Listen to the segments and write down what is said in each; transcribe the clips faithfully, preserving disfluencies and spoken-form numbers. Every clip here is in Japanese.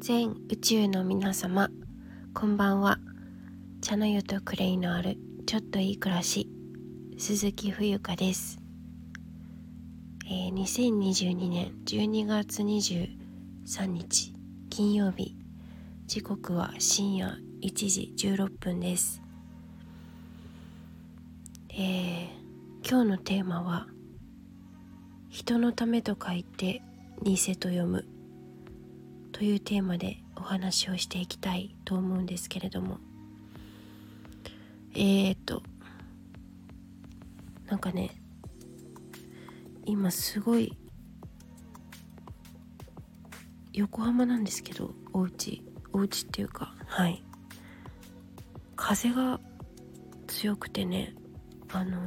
全宇宙の皆様、こんばんは。茶の湯とクレイのあるちょっといい暮らし、鈴木冬香です。えー、にせんにじゅうにねんじゅうにがつにじゅうさんにち金曜日、時刻は深夜いちじじゅうろっぷんです。えー、今日のテーマは人のためと書いて偽と読むというテーマでお話をしていきたいと思うんですけれども、えーとなんかね今すごい横浜なんですけど、お家お家っていうかはい風が強くてね、あの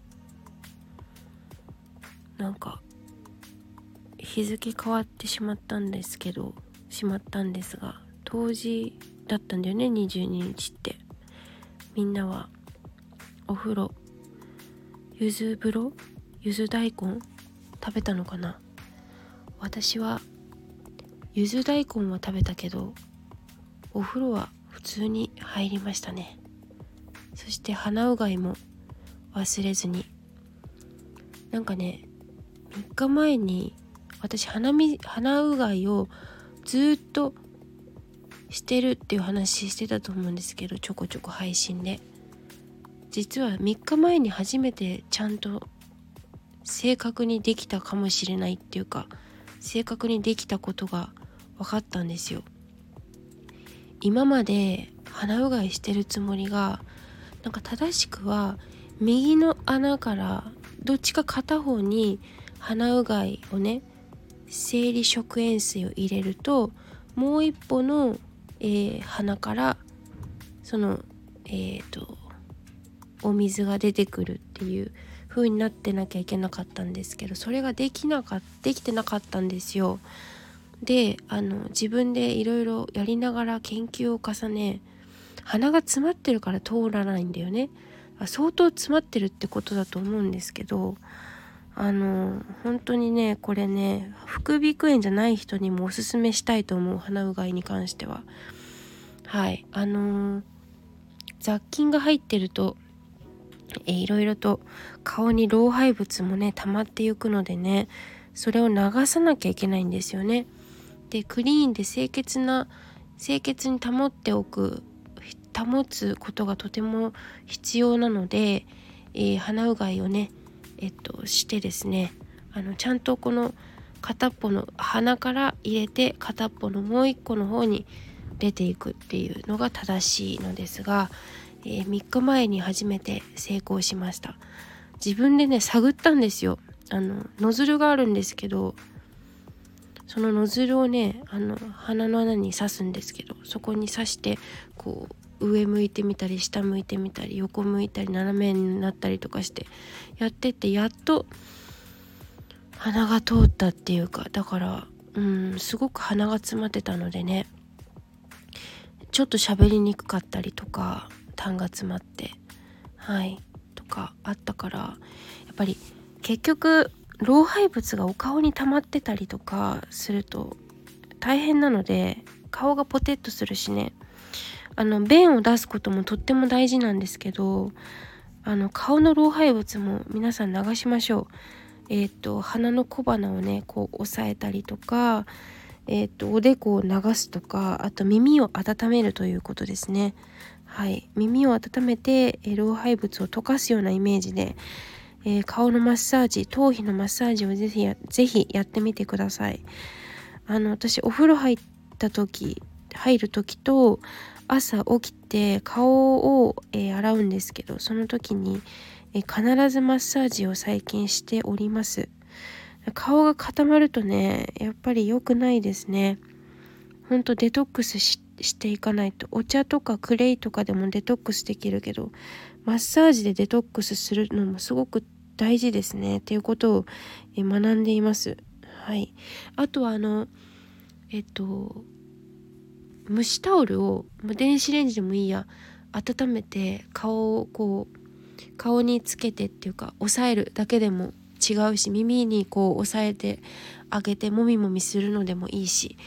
なんか日付変わってしまったんですけどしまったんですが冬至だったんだよね。にじゅうににちってみんなはお風呂ゆず風呂ゆず大根食べたのかな。私はゆず大根は食べたけどお風呂は普通に入りましたね。そして鼻うがいも忘れずに。なんかねみっかまえに私鼻み鼻うがいをずっとしてるっていう話してたと思うんですけど、ちょこちょこ配信で実はみっかまえに初めてちゃんと正確にできたかもしれないっていうか、正確にできたことが分かったんですよ。今まで鼻うがいしてるつもりがなんか正しくは右の穴からどっちか片方に鼻うがいをね生理食塩水を入れるともう一歩の、えー、鼻からそのえーとお水が出てくるっていう風になってなきゃいけなかったんですけど、それができなかっできてなかったんですよ。であの自分でいろいろやりながら研究を重ね、鼻が詰まってるから通らないんだよね。相当詰まってるってことだと思うんですけど、あの本当にねこれね副鼻腔炎じゃない人にもおすすめしたいと思う、鼻うがいに関しては。はいあの雑菌が入ってるとえいろいろと顔に老廃物もね溜まっていくのでね、それを流さなきゃいけないんですよね。でクリーンで清潔な清潔に保っておく保つことがとても必要なので、えー、鼻うがいをねえっとしてですね、あのちゃんとこの片っぽの鼻から入れて片っぽのもう一個の方に出ていくっていうのが正しいのですが、えー、みっかまえに初めて成功しました。自分でね探ったんですよ。あのノズルがあるんですけど、そのノズルをねあの鼻の穴に刺すんですけど、そこに刺してこう上向いてみたり下向いてみたり横向いたり斜めになったりとかしてやってってやっと鼻が通ったっていうか、だからうんすごく鼻が詰まってたのでね、ちょっと喋りにくかったりとか痰が詰まってはいとかあったから、やっぱり結局老廃物がお顔に溜まってたりとかすると大変なので、顔がポテッとするしね、あの便を出すこともとっても大事なんですけど、あの顔の老廃物も皆さん流しましょう。えっと鼻の小鼻をねこう押さえたりとか、えっとおでこを流すとか、あと耳を温めるということですね。はい耳を温めて、えー、老廃物を溶かすようなイメージで、えー、顔のマッサージ、頭皮のマッサージをぜひやぜひやってみてください。あの私お風呂入った時入る時と朝起きて顔を、えー、洗うんですけど、その時に、えー、必ずマッサージを最近しております。顔が固まるとねやっぱり良くないですね。ほんとデトックス し, していかないと。お茶とかクレイとかでもデトックスできるけど、マッサージでデトックスするのもすごく大事ですねっていうことをえ学んでいます。はい。あとはあのえっと蒸しタオルを電子レンジでもいいや温めて顔をこう顔につけてっていうか押さえるだけでも違うし、耳にこう押さえてあげてもみもみするのでもいいし、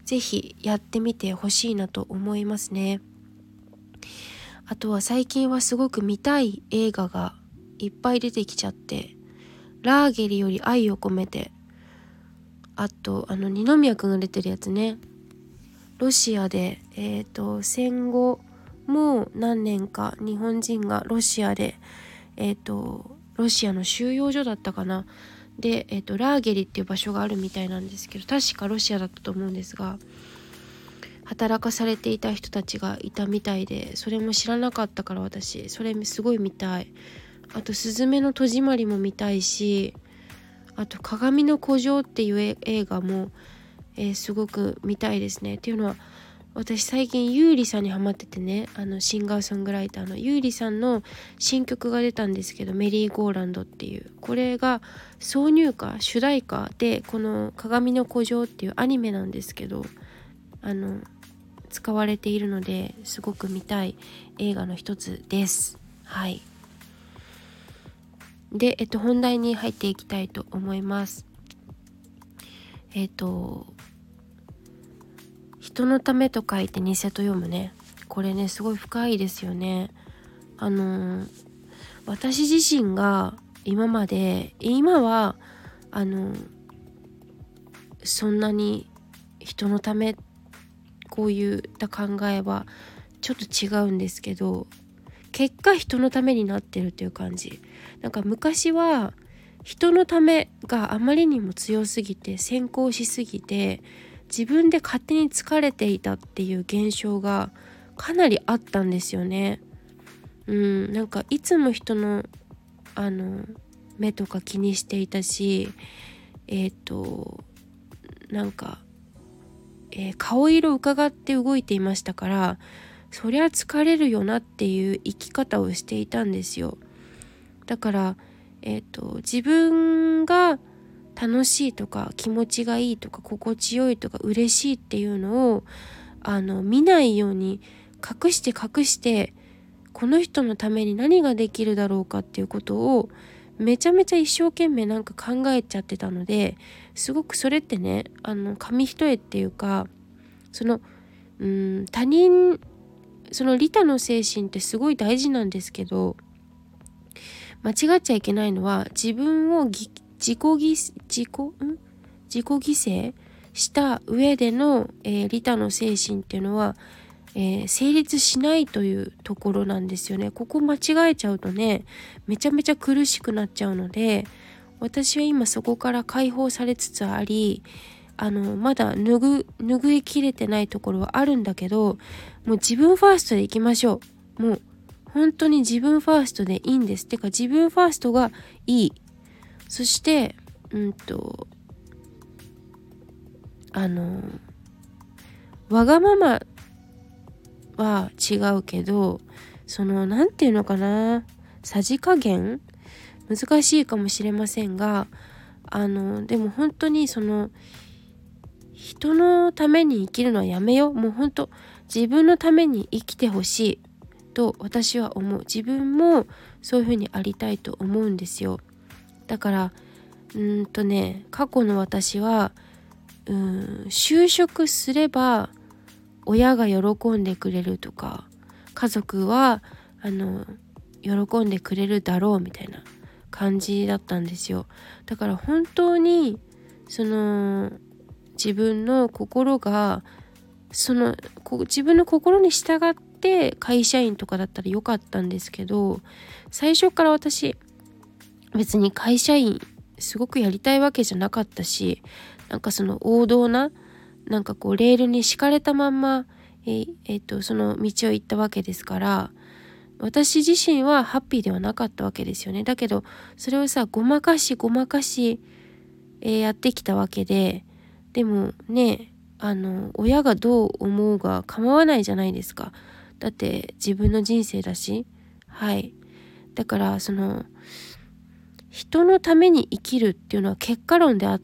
ぜひやってみてほしいなと思いますね。あとは最近はすごく見たい映画がいっぱい出てきちゃって、ラーゲリより愛を込めて、あとあの二宮くんが出てるやつね、ロシアでえっと戦後もう何年か日本人がロシアでえっとロシアの収容所だったかなで、えっとラーゲリっていう場所があるみたいなんですけど、確かロシアだったと思うんですが、働かされていた人たちがいたみたいで、それも知らなかったから私それすごい見たい。あとすずめの戸締まりも見たいし、あと鏡の古城っていう映画も、えー、すごく見たいですね。っていうのは私最近優里さんにハマっててね、あのシンガーソングライターの優里さんの新曲が出たんですけど、メリーゴーランドっていう、これが挿入歌主題歌でこの鏡の古城っていうアニメなんですけど、あの使われているので、すごく見たい映画の一つです。はい。で、えっと本題に入っていきたいと思います。えっと人のためと書いて偽と読むね。これねすごい深いですよね。あのー、私自身が今まで今はあのー、そんなに人のためこういった考えはちょっと違うんですけど、結果人のためになってるっていう感じ。なんか昔は人のためがあまりにも強すぎて先行しすぎて自分で勝手に疲れていたっていう現象がかなりあったんですよね。うん、なんかいつも人のあの目とか気にしていたし、えっとなんか、えー、顔色を伺って動いていましたから、そりゃ疲れるよなっていう生き方をしていたんですよ。だからえっと自分が楽しいとか気持ちがいいとか心地よいとか嬉しいっていうのをあの見ないように隠して隠して、この人のために何ができるだろうかっていうことをめちゃめちゃ一生懸命なんか考えちゃってたので、すごくそれってね、あの紙一重っていうか、そのうーん他人その利他の精神ってすごい大事なんですけど、間違っちゃいけないのは自分をぎ自己犠自己ん自己犠牲した上での、えー、利他の精神っていうのは、えー、成立しないというところなんですよね。ここ間違えちゃうとね、めちゃめちゃ苦しくなっちゃうので、私は今そこから解放されつつあり、あのまだ拭拭いきれてないところはあるんだけど、もう自分ファーストでいきましょう。もう本当に自分ファーストでいいんです。てか自分ファーストがいい。そしてうんとあのわがままは違うけど、そのなんていうのかな、さじ加減難しいかもしれませんが、あのでも本当にその人のために生きるのはやめよう。もう本当自分のために生きてほしいと私は思う。自分もそういう風にありたいと思うんですよ。だからうーんとね過去の私はうーん就職すれば親が喜んでくれるとか、家族はあの喜んでくれるだろうみたいな感じだったんですよ。だから本当にその自分の心がそのこ自分の心に従って会社員とかだったらよかったんですけど、最初から私別に会社員すごくやりたいわけじゃなかったし、なんかその王道ななんかこうレールに敷かれたまんまええー、とその道を行ったわけですから、私自身はハッピーではなかったわけですよね。だけどそれをさごまかしごまかし、えー、やってきたわけで、でもねあの親がどう思うが構わないじゃないですか。だって自分の人生だし。はい。だからその人のために生きるっていうのは結果論であって、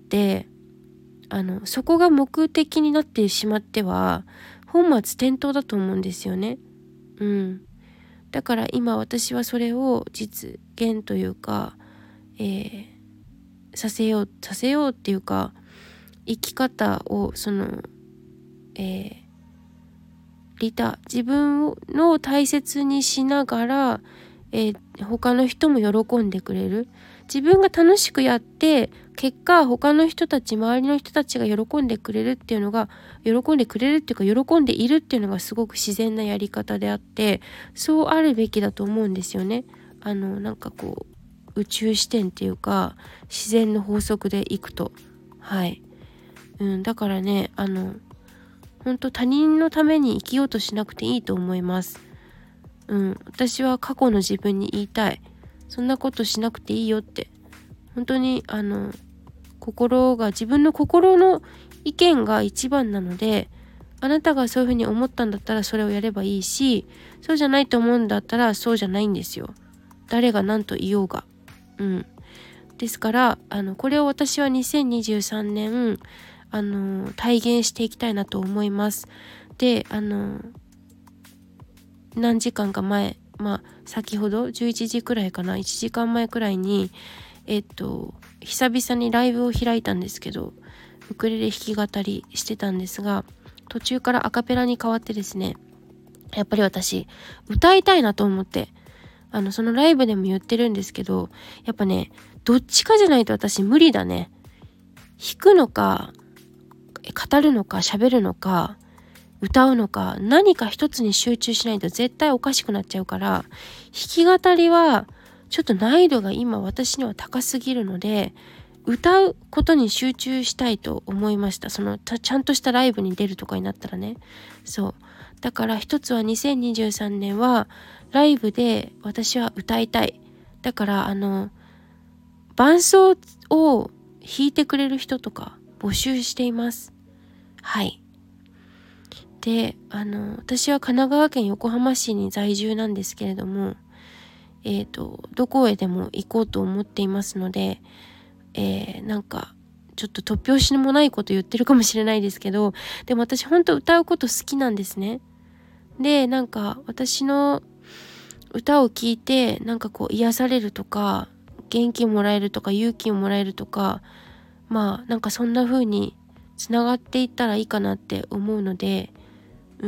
あのそこが目的になってしまっては本末転倒だと思うんですよね。うん。だから今私はそれを実現というか、えー、させようさせようっていうか、生き方をそのえー、利他、自分の大切にしながら、えー、他の人も喜んでくれる。自分が楽しくやって結果他の人たち、周りの人たちが喜んでくれるっていうのが、喜んでくれるっていうか喜んでいるっていうのがすごく自然なやり方であって、そうあるべきだと思うんですよね。あのなんかこう宇宙視点っていうか自然の法則でいくと、はい、うん、だからね、あの本当他人のために生きようとしなくていいと思います。うん、私は過去の自分に言いたい。そんなことしなくていいよって。本当にあの心が、自分の心の意見が一番なので、あなたがそういうふうに思ったんだったらそれをやればいいし、そうじゃないと思うんだったらそうじゃないんですよ。誰が何と言おうが。うん。ですからあのこれを私はにせんにじゅうさんねんあの体現していきたいなと思います。で、あの何時間か前、まあ先ほどじゅういちじくらいかな、いちじかんまえくらいにえっと久々にライブを開いたんですけど、ウクレレ弾き語りしてたんですが、途中からアカペラに変わってですね、やっぱり私歌いたいなと思って、あのそのライブでも言ってるんですけど、やっぱねどっちかじゃないと私無理だね。弾くのか語るのか喋るのか歌うのか、何か一つに集中しないと絶対おかしくなっちゃうから、弾き語りはちょっと難易度が今私には高すぎるので、歌うことに集中したいと思いました。そのちゃんとしたライブに出るとかになったらね。そうだから一つはにせんにじゅうさんねんはライブで私は歌いたい。だからあの伴奏を弾いてくれる人とか募集しています。はい。で、あの私は神奈川県横浜市に在住なんですけれども、えっとどこへでも行こうと思っていますので、えー、なんかちょっと突拍子もないこと言ってるかもしれないですけど、でも私本当歌うこと好きなんですね。で、なんか私の歌を聴いてなんかこう癒されるとか、元気もらえるとか勇気をもらえるとか、まあなんかそんな風につながっていったらいいかなって思うので、うん、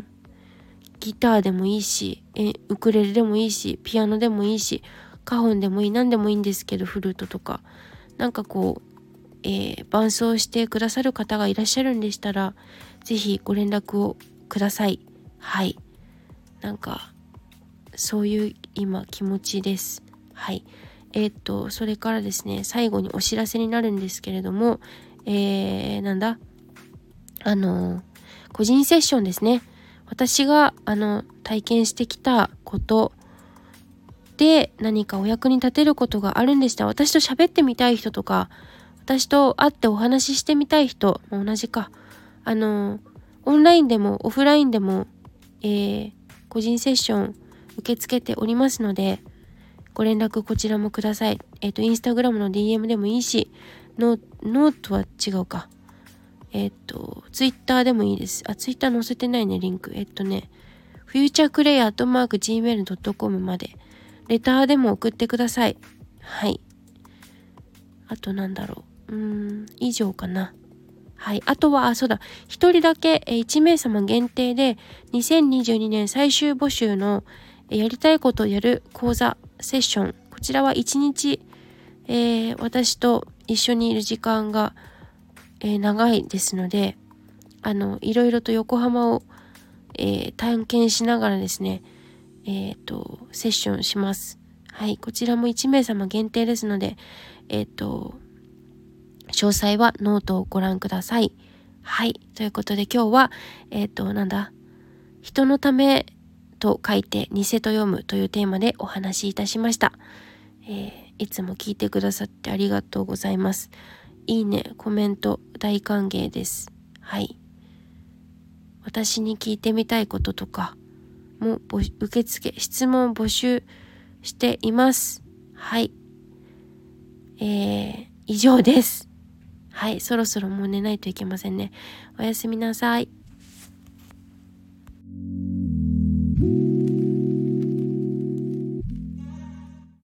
ギターでもいいし、えウクレレでもいいし、ピアノでもいいし、カホンでもいい、何でもいいんですけど、フルートとかなんかこう、えー、伴奏してくださる方がいらっしゃるんでしたらぜひご連絡をください。はい、なんかそういう今気持ちです。はい、えー、っとそれからですね、最後にお知らせになるんですけれども、えー、なんだあのー、個人セッションですね。私があの体験してきたことで何かお役に立てることがあるんでしたら、私と喋ってみたい人とか、私と会ってお話ししてみたい人、同じか、あのオンラインでもオフラインでも、えー、個人セッション受け付けておりますので、ご連絡こちらもください。えっとインスタグラムの ディーエム でもいいし、ノノートは違うか、えっとツイッターでもいいです。あ、ツイッター載せてないね、リンク。えっとねフューチャークレイアットマーク ジーメールドットコム までレターでも送ってください。はい。あとなんだろう。うーん、以上かな。はい。あとは、あ、そうだ。一人だけ、えー、いちめいさま限定で、にせんにじゅうにねん最終募集の、えー、やりたいことをやる講座セッション。こちらはいちにち、えー、私と一緒にいる時間が、えー、長いですので、あの、いろいろと横浜を、えー、探検しながらですね、えっと、セッションします。はい。こちらもいちめいさま限定ですので、えっと、詳細はノートをご覧ください。はい。ということで今日は、えっと、なんだ、人のためと書いて偽と読むというテーマでお話しいたしました。えー、いつも聞いてくださってありがとうございます。いいね、コメント大歓迎です。はい。私に聞いてみたいこととかも受付、質問募集しています。はい。えー、以上です。はい、そろそろもう寝ないといけませんね。おやすみなさい。